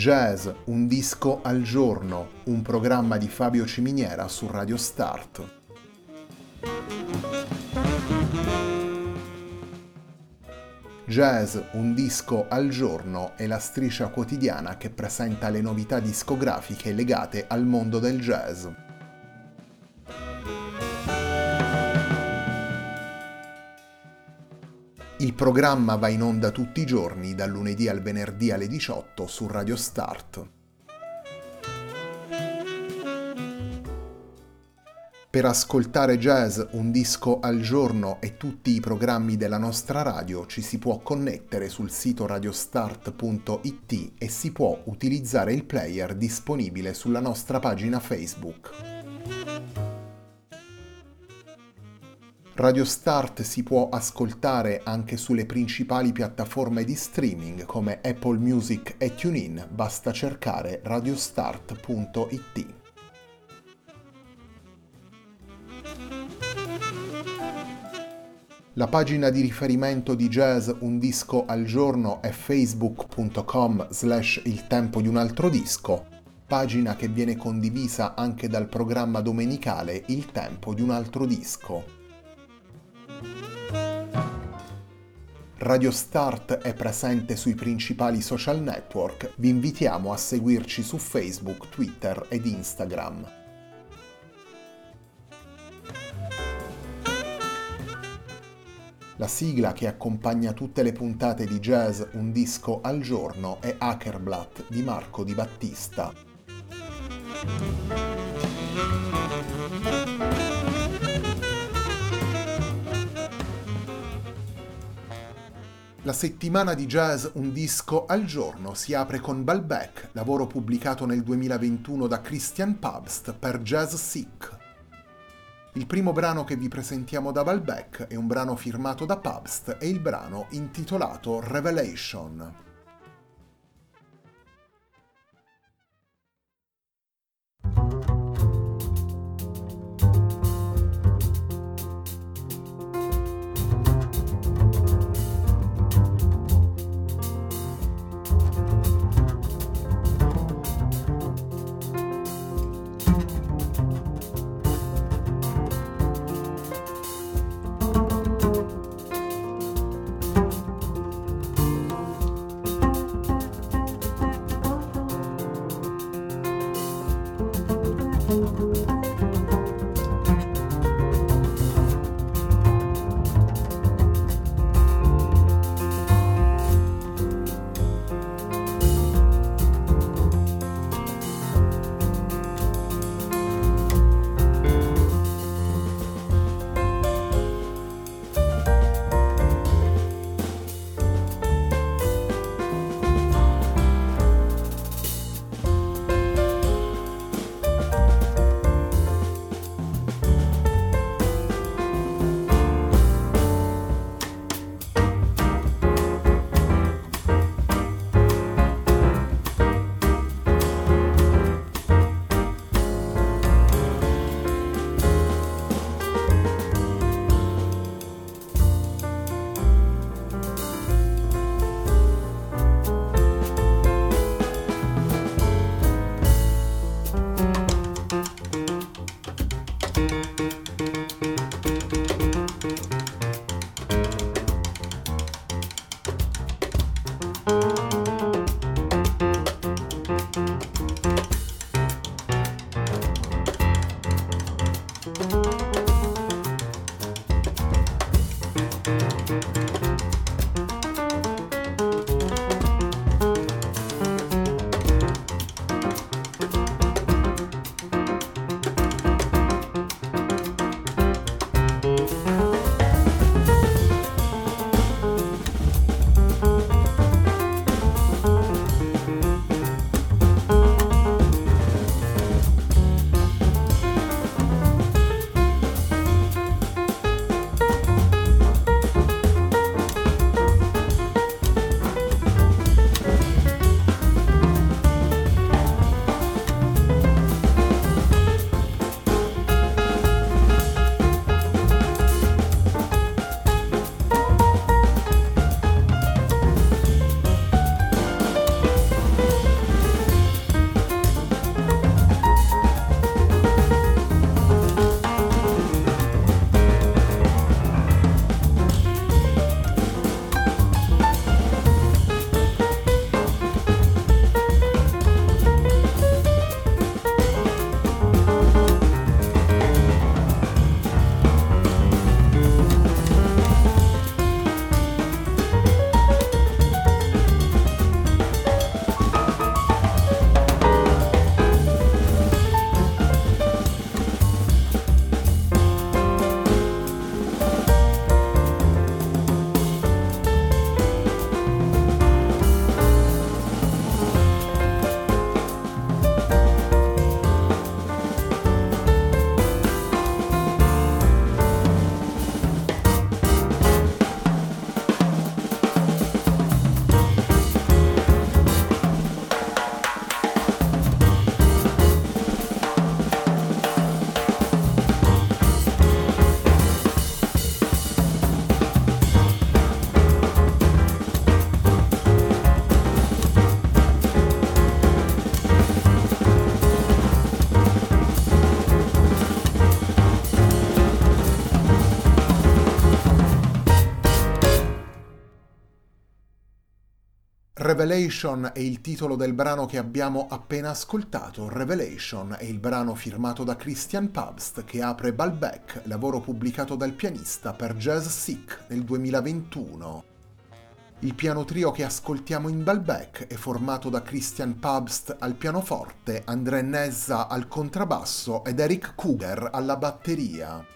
Jazz, un disco al giorno, un programma di Fabio Ciminiera su Radio Start. Jazz, un disco al giorno è la striscia quotidiana che presenta le novità discografiche legate al mondo del jazz. Il programma va in onda tutti i giorni, dal lunedì al venerdì alle 18 su Radio Start. Per ascoltare Jazz, un disco al giorno e tutti i programmi della nostra radio ci si può connettere sul sito radiostart.it e si può utilizzare il player disponibile sulla nostra pagina Facebook. Radio Start si può ascoltare anche sulle principali piattaforme di streaming come Apple Music e TuneIn, basta cercare radiostart.it. La pagina di riferimento di Jazz Un Disco al Giorno è facebook.com/il tempo di un altro disco, pagina che viene condivisa anche dal programma domenicale Il tempo di un altro disco. Radio Start è presente sui principali social network, vi invitiamo a seguirci su Facebook, Twitter ed Instagram. La sigla che accompagna tutte le puntate di Jazz Un Disco al Giorno è Hackerblatt di Marco Di Battista. La settimana di Jazz Un Disco al Giorno si apre con Balbec, lavoro pubblicato nel 2021 da Christian Pabst per Jazz Sick. Il primo brano che vi presentiamo da Balbec è un brano firmato da Pabst e il brano intitolato Revelation. Revelation è il titolo del brano che abbiamo appena ascoltato. Revelation è il brano firmato da Christian Pabst che apre Balbec, lavoro pubblicato dal pianista per Jazz Sick nel 2021. Il piano trio che ascoltiamo in Balbec è formato da Christian Pabst al pianoforte, André Nessa al contrabbasso ed Eric Kuger alla batteria.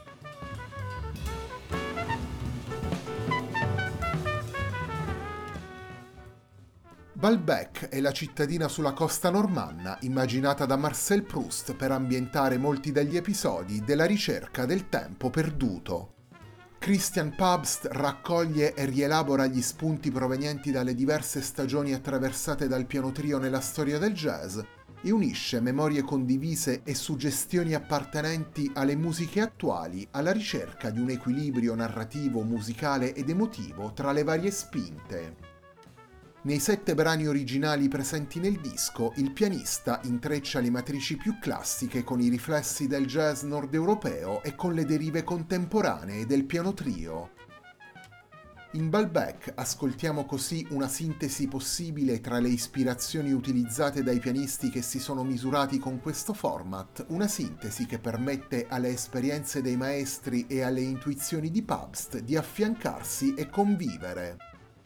Balbec è la cittadina sulla costa normanna immaginata da Marcel Proust per ambientare molti degli episodi della ricerca del tempo perduto. Christian Pabst raccoglie e rielabora gli spunti provenienti dalle diverse stagioni attraversate dal piano trio nella storia del jazz e unisce memorie condivise e suggestioni appartenenti alle musiche attuali alla ricerca di un equilibrio narrativo, musicale ed emotivo tra le varie spinte. Nei 7 brani originali presenti nel disco, il pianista intreccia le matrici più classiche con i riflessi del jazz nord-europeo e con le derive contemporanee del piano trio. In Balbec ascoltiamo così una sintesi possibile tra le ispirazioni utilizzate dai pianisti che si sono misurati con questo format, una sintesi che permette alle esperienze dei maestri e alle intuizioni di Pabst di affiancarsi e convivere.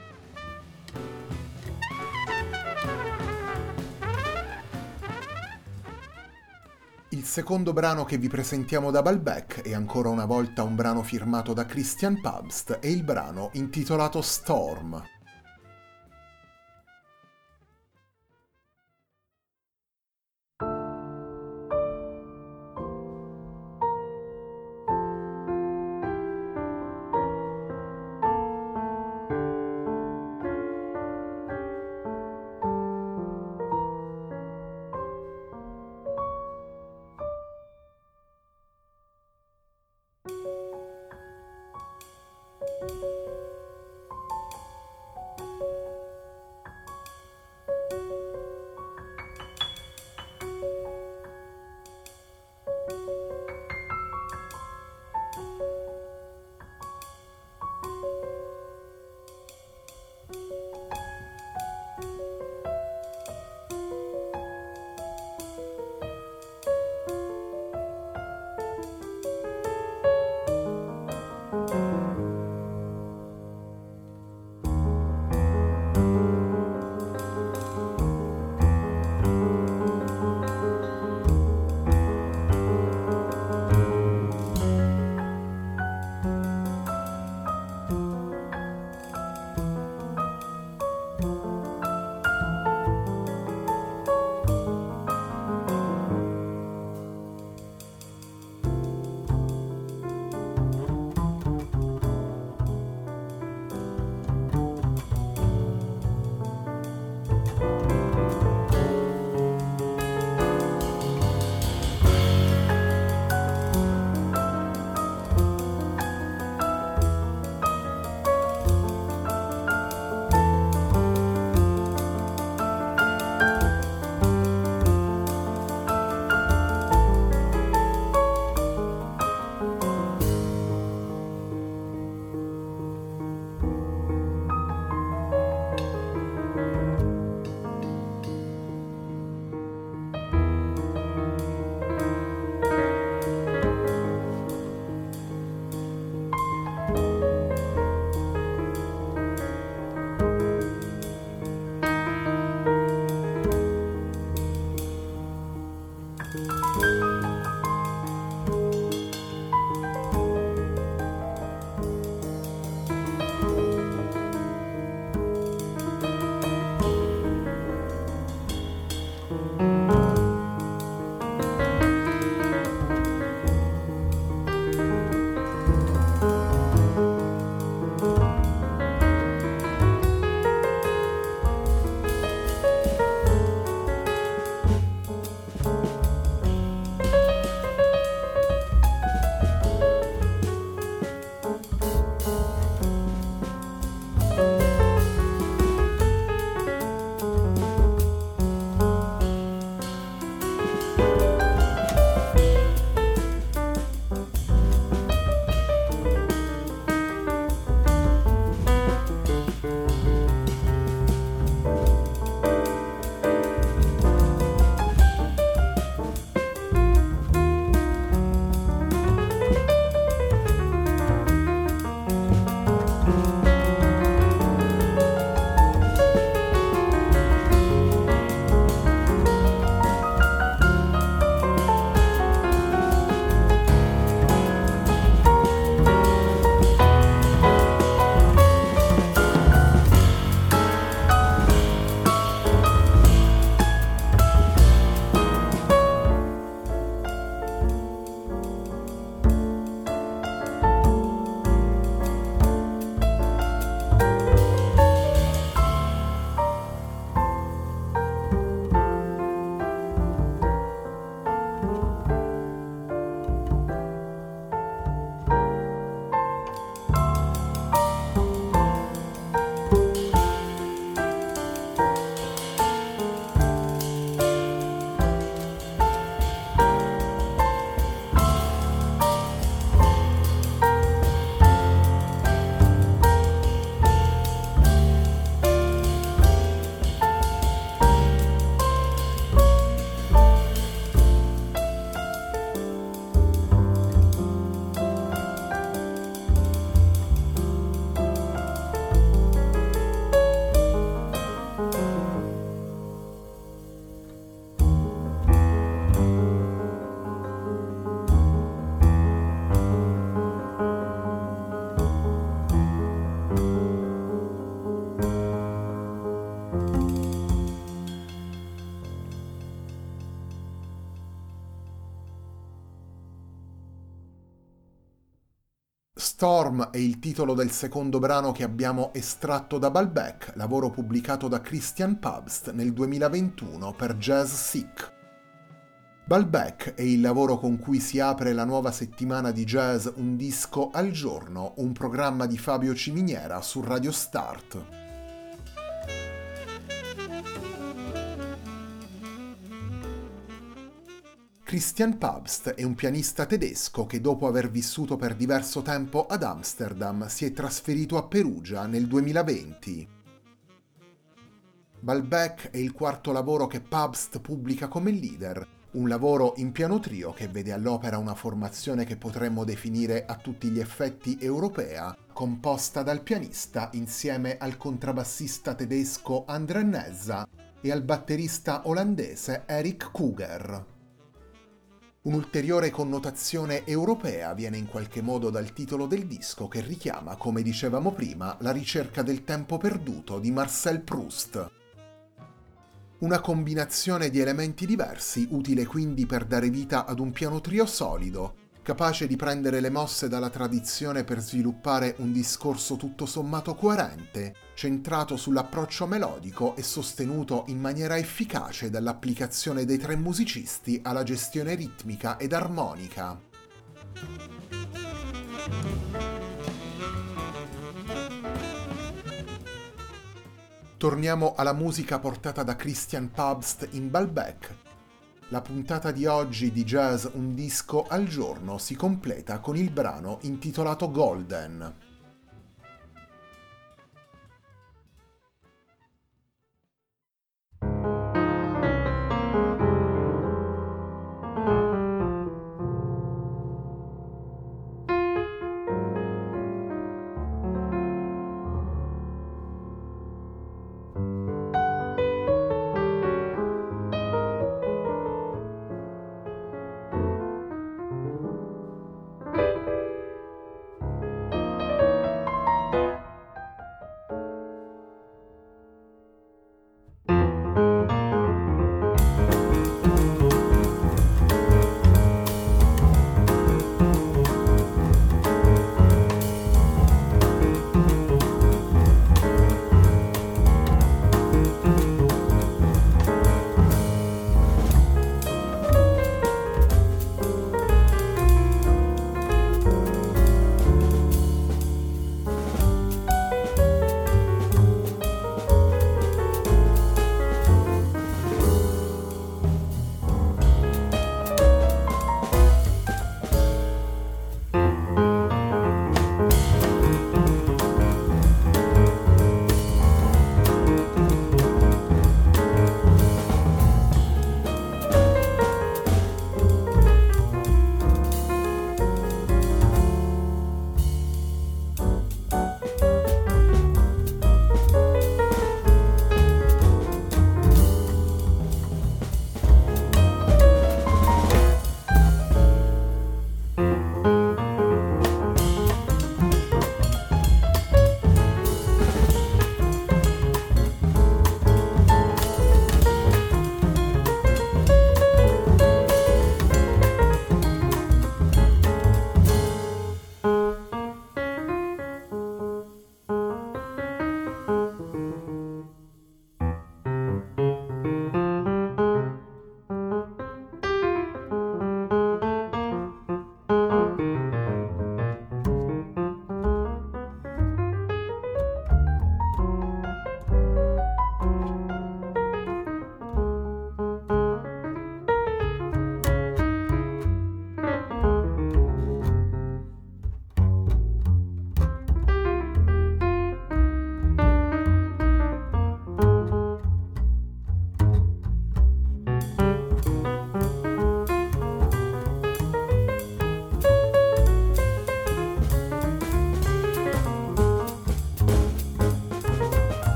Il secondo brano che vi presentiamo da Balbec è ancora una volta un brano firmato da Christian Pabst e il brano intitolato Storm. Storm è il titolo del secondo brano che abbiamo estratto da Balbec, lavoro pubblicato da Christian Pabst nel 2021 per Jazz Sick. Balbec è il lavoro con cui si apre la nuova settimana di jazz Un disco al giorno, un programma di Fabio Ciminiera su Radio Start. Christian Pabst è un pianista tedesco che dopo aver vissuto per diverso tempo ad Amsterdam si è trasferito a Perugia nel 2020. Balbec è il quarto lavoro che Pabst pubblica come leader, un lavoro in piano trio che vede all'opera una formazione che potremmo definire a tutti gli effetti europea, composta dal pianista insieme al contrabbassista tedesco André Nessa e al batterista olandese Erik Kuger. Un'ulteriore connotazione europea viene in qualche modo dal titolo del disco che richiama, come dicevamo prima, la ricerca del tempo perduto di Marcel Proust. Una combinazione di elementi diversi, utile quindi per dare vita ad un piano trio solido, capace di prendere le mosse dalla tradizione per sviluppare un discorso tutto sommato coerente, centrato sull'approccio melodico e sostenuto in maniera efficace dall'applicazione dei tre musicisti alla gestione ritmica ed armonica. Torniamo alla musica portata da Christian Pabst in Balbec. La puntata di oggi di Jazz Un disco al giorno si completa con il brano intitolato Golden.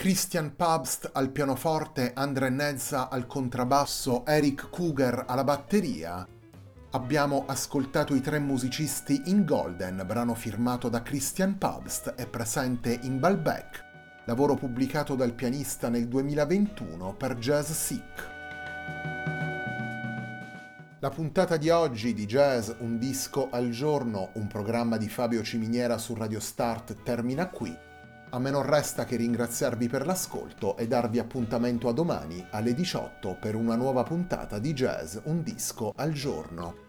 Christian Pabst al pianoforte, Andre Nezza al contrabbasso, Eric Kuger alla batteria. Abbiamo ascoltato i tre musicisti in Golden, brano firmato da Christian Pabst e presente in Balbec, lavoro pubblicato dal pianista nel 2021 per Jazz Sick. La puntata di oggi di Jazz Un disco al giorno, un programma di Fabio Ciminiera su Radio Start, termina qui. A me non resta che ringraziarvi per l'ascolto e darvi appuntamento a domani alle 18 per una nuova puntata di Jazz Un disco al giorno.